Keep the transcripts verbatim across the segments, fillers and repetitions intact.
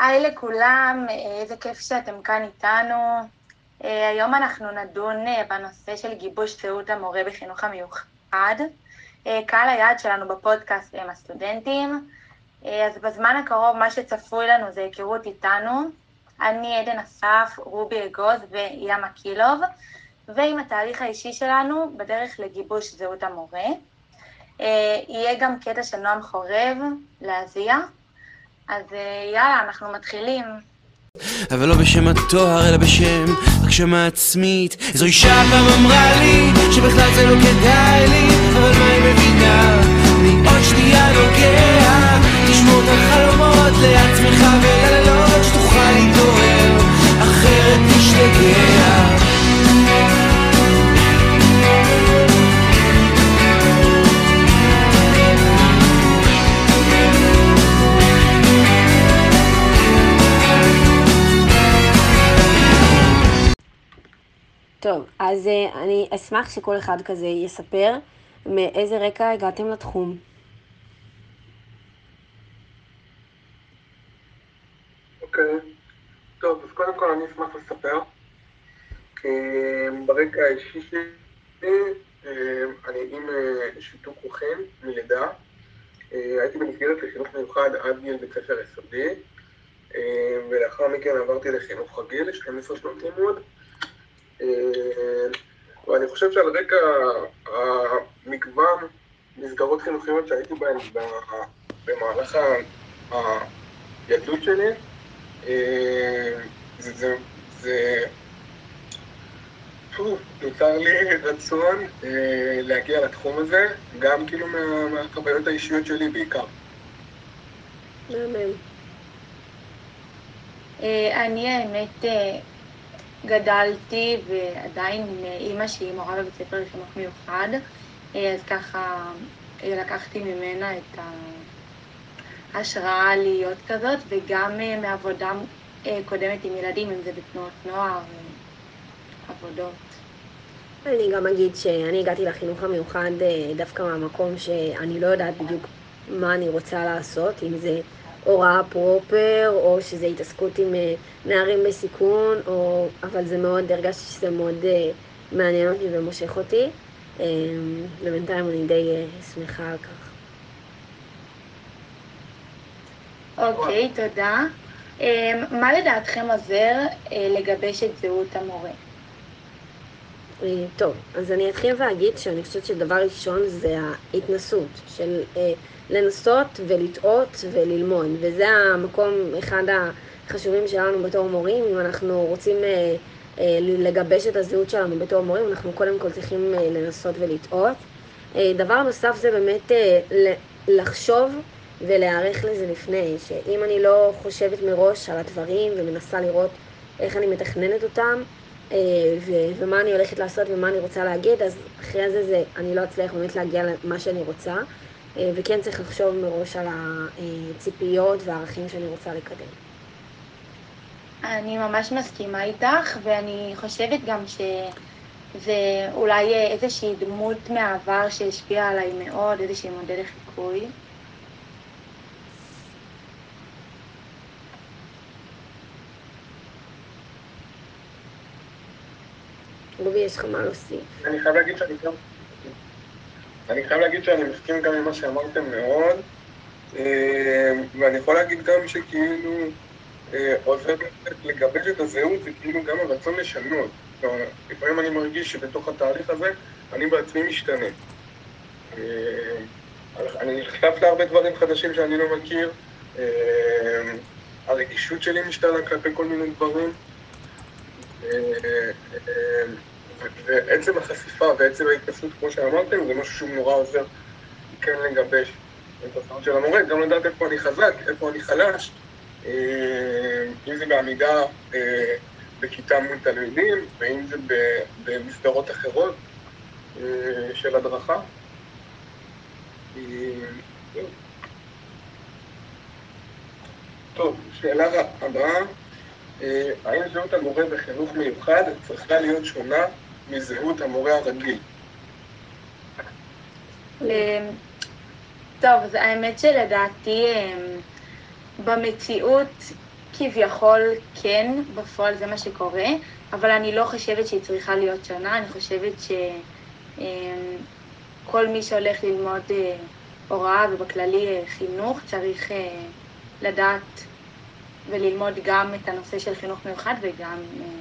היי לכולם, איזה כיף שאתם כאן איתנו. אה, היום אנחנו נדון אה, בנושא של גיבוש זהות המורה בחינוך המיוחד. אה, קהל היעד שלנו בפודקאסט הם הסטודנטים, אה, אז בזמן הקרוב מה שצפוי לנו זה היכרות איתנו, אני עדן אסף, רובי אגוז וים אקילוב, ועם התהליך האישי שלנו בדרך לגיבוש זהות המורה. אה, יהיה גם קטע של נועם חורב להזיע, אז יאללה, אנחנו מתחילים. אבל לא בשם התואר אלא בשם הגשמה עצמית. איזו אישה פעם אמרה לי שבכלל זה לא כדאי לי, אבל מה היא מבינה? אני עוד שנייה נוגע, תשמור את החלומות לעצמך וללילות שתוכל להתעורר, אחרת תשתגע. טוב, אז uh, אני אשמח שכל אחד כזה יספר מאיזה רקע הגעתם לתחום. אוקיי, טוב, אז קודם כל אני אשמח לספר. ברקע האישי שלי, אני עם שיתוק מוחין מלידה. הייתי במסגרת לחינוך מיוחד עד גיל בית ספר יסודי, ולאחר מכן עברתי לחינוך רגיל, שתים עשרה שנות לימוד. ואני חושב שעל רקע המגוון מסגרות חינוכיות שהייתי בהן במהלך הילדות שלי, זה, זה, זה, פו, נוצר לי רצון להגיע לתחום הזה, גם כאילו מה, מהחוויות האישיות שלי בעיקר. מהמם. אני האמת גדלתי ועדיין עם אמא שהיא מורה בבית ספר לחינוך מיוחד, אז ככה לקחתי ממנה את ההשראה להיות כזאת, וגם מעבודה קודמת עם ילדים, אם זה בתנועות נוער, עבודות. אני גם אגיד שאני הגעתי לחינוך המיוחד דווקא מהמקום שאני לא יודעת בדיוק מה אני רוצה לעשות, אם זה הוראה פרופר או שזה התעסקות עם נערים בסיכון, או... אבל זה מאוד, הרגשתי שזה מאוד מעניין אותי ומושך אותי, ובינתיים אני די שמחה על כך. אוקיי, תודה. מה לדעתכם עוזר לגבש את זהות המורה? טוב, אז אני אתחיל ואגיד שאני חושבת שדבר ראשון זה ההתנסות של אה, לנסות ולטעות וללמוד, וזה המקום אחד החשובים שלנו בתור מורים. אם אנחנו רוצים אה, אה, לגבש את הזהות שלנו בתור מורים, אנחנו קודם כל צריכים אה, לנסות ולטעות. אה, דבר נוסף זה באמת אה, לחשוב ולהערך לזה לפני, שאם אני לא חושבת מראש על הדברים ומנסה לראות איך אני מתכננת אותם, ו- ומה אני הולכת לעשות ומה אני רוצה להגיד, אז אחרי זה, זה אני לא אצליח באמת להגיע למה שאני רוצה, וכן צריך לחשוב מראש על הציפיות והערכים שאני רוצה לקדם. אני ממש מסכימה איתך, ואני חושבת גם שזה אולי איזושהי דמות מהעבר שהשפיעה עליי מאוד, איזושהי מודל לחיקוי. רובי, יש לך מה להוסיף? אני חייב להגיד שאני גם... אני חייב להגיד שאני מסכים גם עם מה שאמרתם מאוד, ואני יכול להגיד גם שכאילו עוזר לגבש את הזהות, זה כאילו גם הרצון לשנות. לפעמים אני מרגיש שבתוך התהליך הזה אני בעצמי משתנה. אני נחשף להרבה דברים חדשים שאני לא מכיר, הרגישות שלי משתנה כלפי כל מיני דברים, ועצם החשיפה ועצם ההתנסות, כמו שאמרתם, זה משהו שהוא נורא עוזר כן לגבש את הזהות של המורה, גם לדעת איפה אני חזק, איפה אני חלש, אם זה בעמידה בכיתה מול תלמידים, ואם זה במסגרות אחרות של הדרכה. טוב, שאלה הבאה, האם זהות המורה בחינוך מיוחד צריכה להיות שונה מזהות המורה הרגיל? טוב, אז האמת שלדעתי במציאות כביכול כן, בפועל זה מה שקורה, אבל אני לא חושבת שהיא צריכה להיות שונה, אני חושבת שכל מי שהולך ללמוד הוראה ובכללי חינוך צריך לדעת וללמוד גם את הנושא של חינוך מיוחד וגם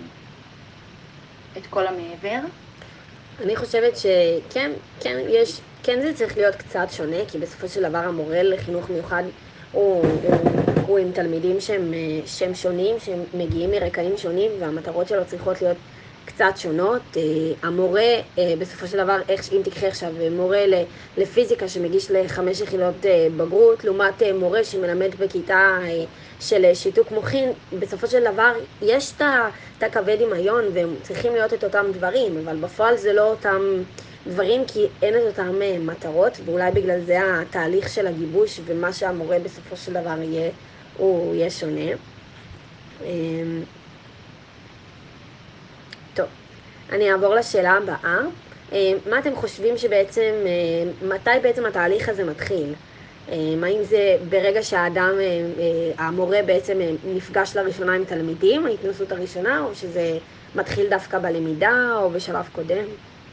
את כל המעבר. אני חושבת שכן, כן, יש, כן זה צריך להיות קצת שונה, כי בסופו של דבר המורה לחינוך מיוחד הוא, הוא, הוא עם תלמידים שהם, שהם שונים, שהם מגיעים מרקעים שונים, והמטרות שלו צריכות להיות קצת שונות. המורה, בסופו של דבר, אם תקחי עכשיו מורה לפיזיקה שמגיש לחמש יחידות בגרות, לעומת מורה שמלמד בכיתה של שיתוק מוחין, בסופו של דבר יש את הקווי דמיון והם צריכים להיות את אותם דברים, אבל בפועל זה לא אותם דברים כי אין את אותם מטרות, ואולי בגלל זה התהליך של הגיבוש ומה שהמורה בסופו של דבר יהיה, הוא יהיה שונה. טוב, אני אעבור לשאלה הבאה. מה אתם חושבים שבעצם, מתי בעצם התהליך הזה מתחיל? האם זה ברגע שהאדם, המורה בעצם נפגש לראשונה עם תלמידים, ההתנסות הראשונה, או שזה מתחיל דווקא בלמידה או בשלב קודם?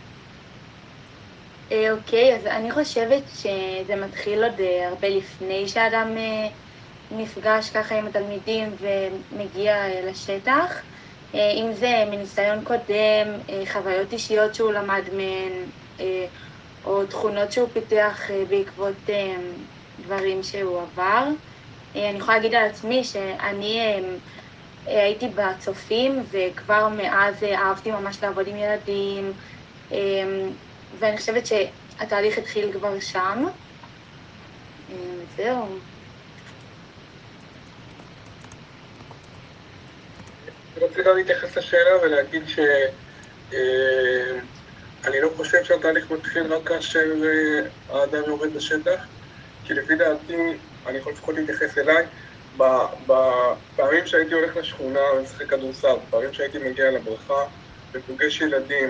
אוקיי, אז אני חושבת שזה מתחיל עוד הרבה לפני שהאדם נפגש ככה עם התלמידים ומגיע לשטח. אם זה מניסיון קודם, חוויות אישיות שהוא למד מהן, או תכונות שהוא פיתח בעקבות דברים שהוא עבר. אני יכולה להגיד על עצמי שאני הייתי בצופים וכבר מאז אהבתי ממש לעבוד עם ילדים, ואני חושבת שהתהליך התחיל כבר שם. זהו. אני רוצה גם להתייחס לשאלה ולהגיד שאני לא חושב שהתהליך מתחיל רק כאשר האדם יורד לשטח, כי לפי דעתי, אני יכול לפחות להתייחס אליי, בפעמים שהייתי הולך לשכונה ומשחק כדורסל, בפעמים שהייתי מגיע לבריכה ופוגש ילדים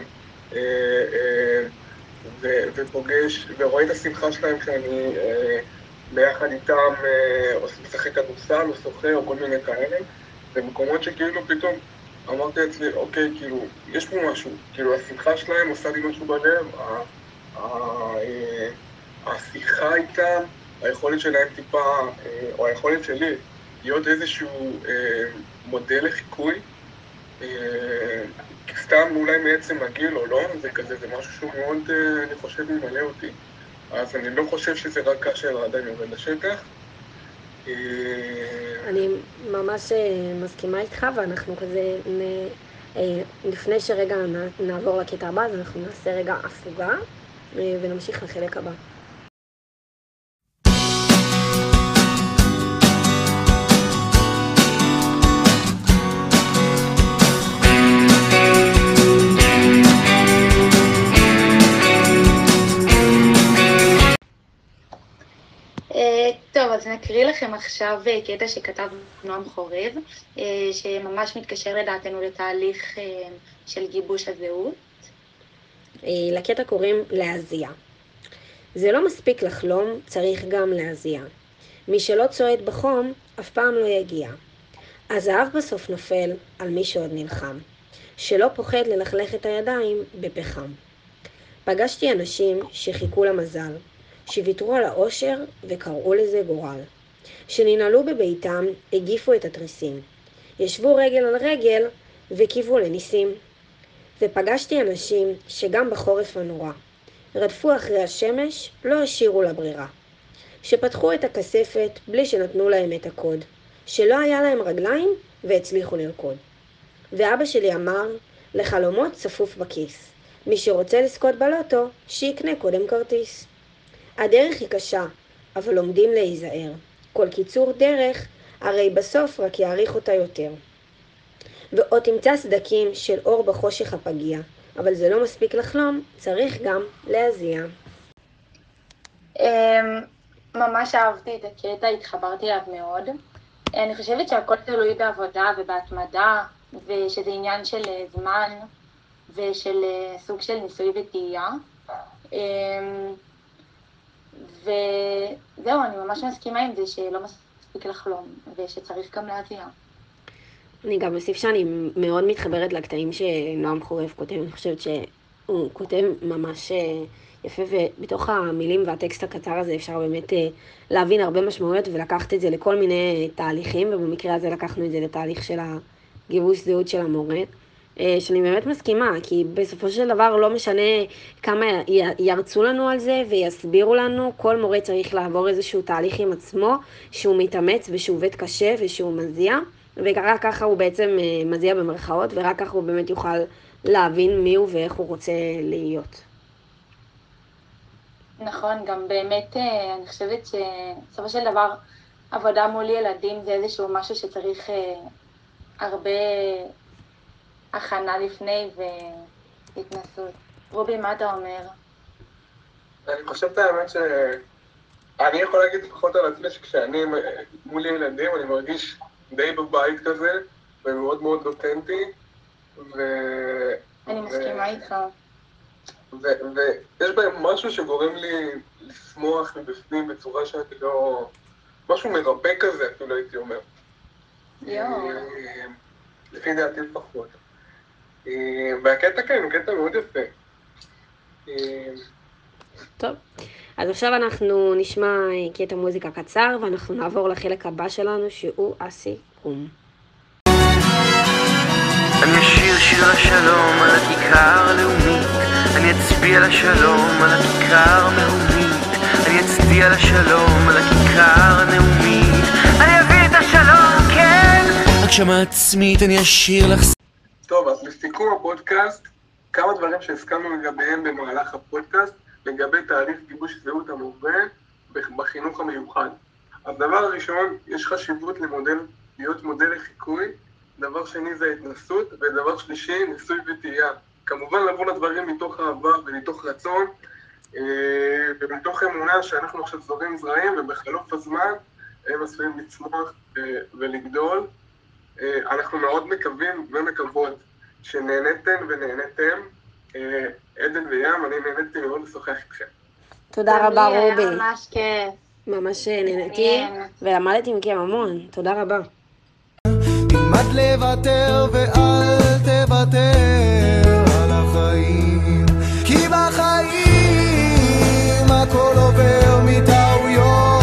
ופוגש ורואה את השמחה שלהם כשאני ביחד איתם משחק כדורסל או שוחה או כל מיני כאלה, במקומות שכאילו פתאום אמרתי לעצמי, אוקיי, כאילו, יש פה משהו, כאילו השמחה שלהם עושה לי משהו בלב, השיחה איתם, היכולת שלהם טיפה, או היכולת שלי, להיות איזשהו מודל לחיקוי, סתם אולי מעצם הגיל או לא, זה כזה, זה משהו שהוא מאוד, אני חושב, ממלא אותי. אז אני לא חושב שזה רק כאשר האדם יורד לשטח. אני ממש מסכימה איתך, ואנחנו כזה, לפני שרגע נעבור לקטע הבא, אז אנחנו נעשה רגע הפוגה, ונמשיך לחלק הבא. טוב, אז נקריא לכם עכשיו קטע שכתב נועם חורב, שממש מתקשר לדעתנו לתהליך של גיבוש הזהות. לקטע קוראים להזיע. זה לא מספיק לחלום, צריך גם להזיע. מי שלא צועד בחום, אף פעם לא יגיע. הזהב בסוף נופל על מי שעוד נלחם, שלא פוחד ללכלך את הידיים בפחם. פגשתי אנשים שחיכו למזל, שוויתרו על האושר וקראו לזה גורל. שננעלו בביתם, הגיפו את התריסים. ישבו רגל על רגל וקיוו לניסים. ופגשתי אנשים שגם בחורף הנורא, רדפו אחרי השמש, לא השאירו לברירה. שפתחו את הכספת בלי שנתנו להם את הקוד. שלא היה להם רגליים והצליחו לרקוד. ואבא שלי אמר, לחלומות צפוף בכיס. מי שרוצה לזכות בלוטו, שיקנה קודם כרטיס. הדרך היא קשה, אבל לומדים להיזהר. כל קיצור דרך, הרי בסוף רק יעריך אותה יותר. ועוד תמצא סדקים של אור בחושך הפגיע, אבל זה לא מספיק לחלום, צריך גם להזיע. ממש אהבתי את הקטע, התחברתי אליו מאוד. אני חושבת שהכל תלוי בעבודה ובהתמדה, ושזה עניין של זמן ושל סוג של ניסוי וטעייה. וזהו, אני ממש מסכימה עם זה שלא מספיק לחלום ושצריך גם להזיע. אני גם אוסיף שאני מאוד מתחברת לקטעים שנועם חורב כותב, אני חושבת שהוא כותב ממש יפה, ובתוך המילים והטקסט הקצר הזה אפשר באמת להבין הרבה משמעויות ולקחת את זה לכל מיני תהליכים, ובמקרה הזה לקחנו את זה לתהליך של הגיבוש זהות של המורה, שאני באמת מסכימה, כי בסופו של דבר לא משנה כמה ירצו לנו על זה ויסבירו לנו, כל מורה צריך לעבור איזשהו תהליך עם עצמו, שהוא מתאמץ ושהוא עובד קשה ושהוא מזיע, ורק ככה הוא בעצם מזיע במרכאות, ורק ככה הוא באמת יוכל להבין מי הוא ואיך הוא רוצה להיות. נכון, גם באמת אני חושבת שבסופו של דבר עבודה מול ילדים זה איזשהו משהו שצריך הרבה הכנה לפני והתנסות. רובי, מה אתה אומר? אני חושב את האמת שאני יכול להגיד לפחות על עצמי שכשאני מול ילדים אני מרגיש די בבית כזה ומאוד מאוד אותנטי ו... אני מסכימה איתך. ויש בהם משהו שגורם לי לשמוח מבפנים בצורה שאני לא... משהו מרפא כזה, אפילו הייתי אומר. יואו. לפי דעתי לפחות. והקטע כאן הוא קטע מאוד יפה. טוב, אז עכשיו אנחנו נשמע קטע מוזיקה קצר, ואנחנו נעבור לחלק הבא שלנו שהוא הסיכום. אני אשיר שיר לשלום על הכיכר הלאומית, אני אצביע לשלום על הכיכר המאומית, אני אצדיע לשלום על הכיכר הנאומית, אני אביא את השלום, כן! הגשמה עצמית, אני אשיר לך... טוב, אז לסיכום הפודקאסט, כמה דברים שהסכמנו לגביהם במהלך הפודקאסט, לגבי תהליך גיבוש זהות המורה בחינוך המיוחד. אז דבר הראשון, יש חשיבות למודל, להיות מודל לחיקוי, דבר שני זה התנסות, ודבר שלישי, ניסוי וטעייה. כמובן לבוא לדברים מתוך אהבה ומתוך רצון, ומתוך אמונה שאנחנו עכשיו זורים זרעים, ובחלוף הזמן הם עשויים לצמוח ולגדול. אנחנו מאוד מקווים ומקוות שנהנתם ונהנתם. עדן וים, אני נהניתי מאוד לשוחח איתכם. תודה רבה רובי. היה ממש כיף. ממש נהניתי ולמדתי מכם המון. תודה רבה. תלמד לוותר ואל תוותר על החיים, כי בחיים הכל עובר מטעויות.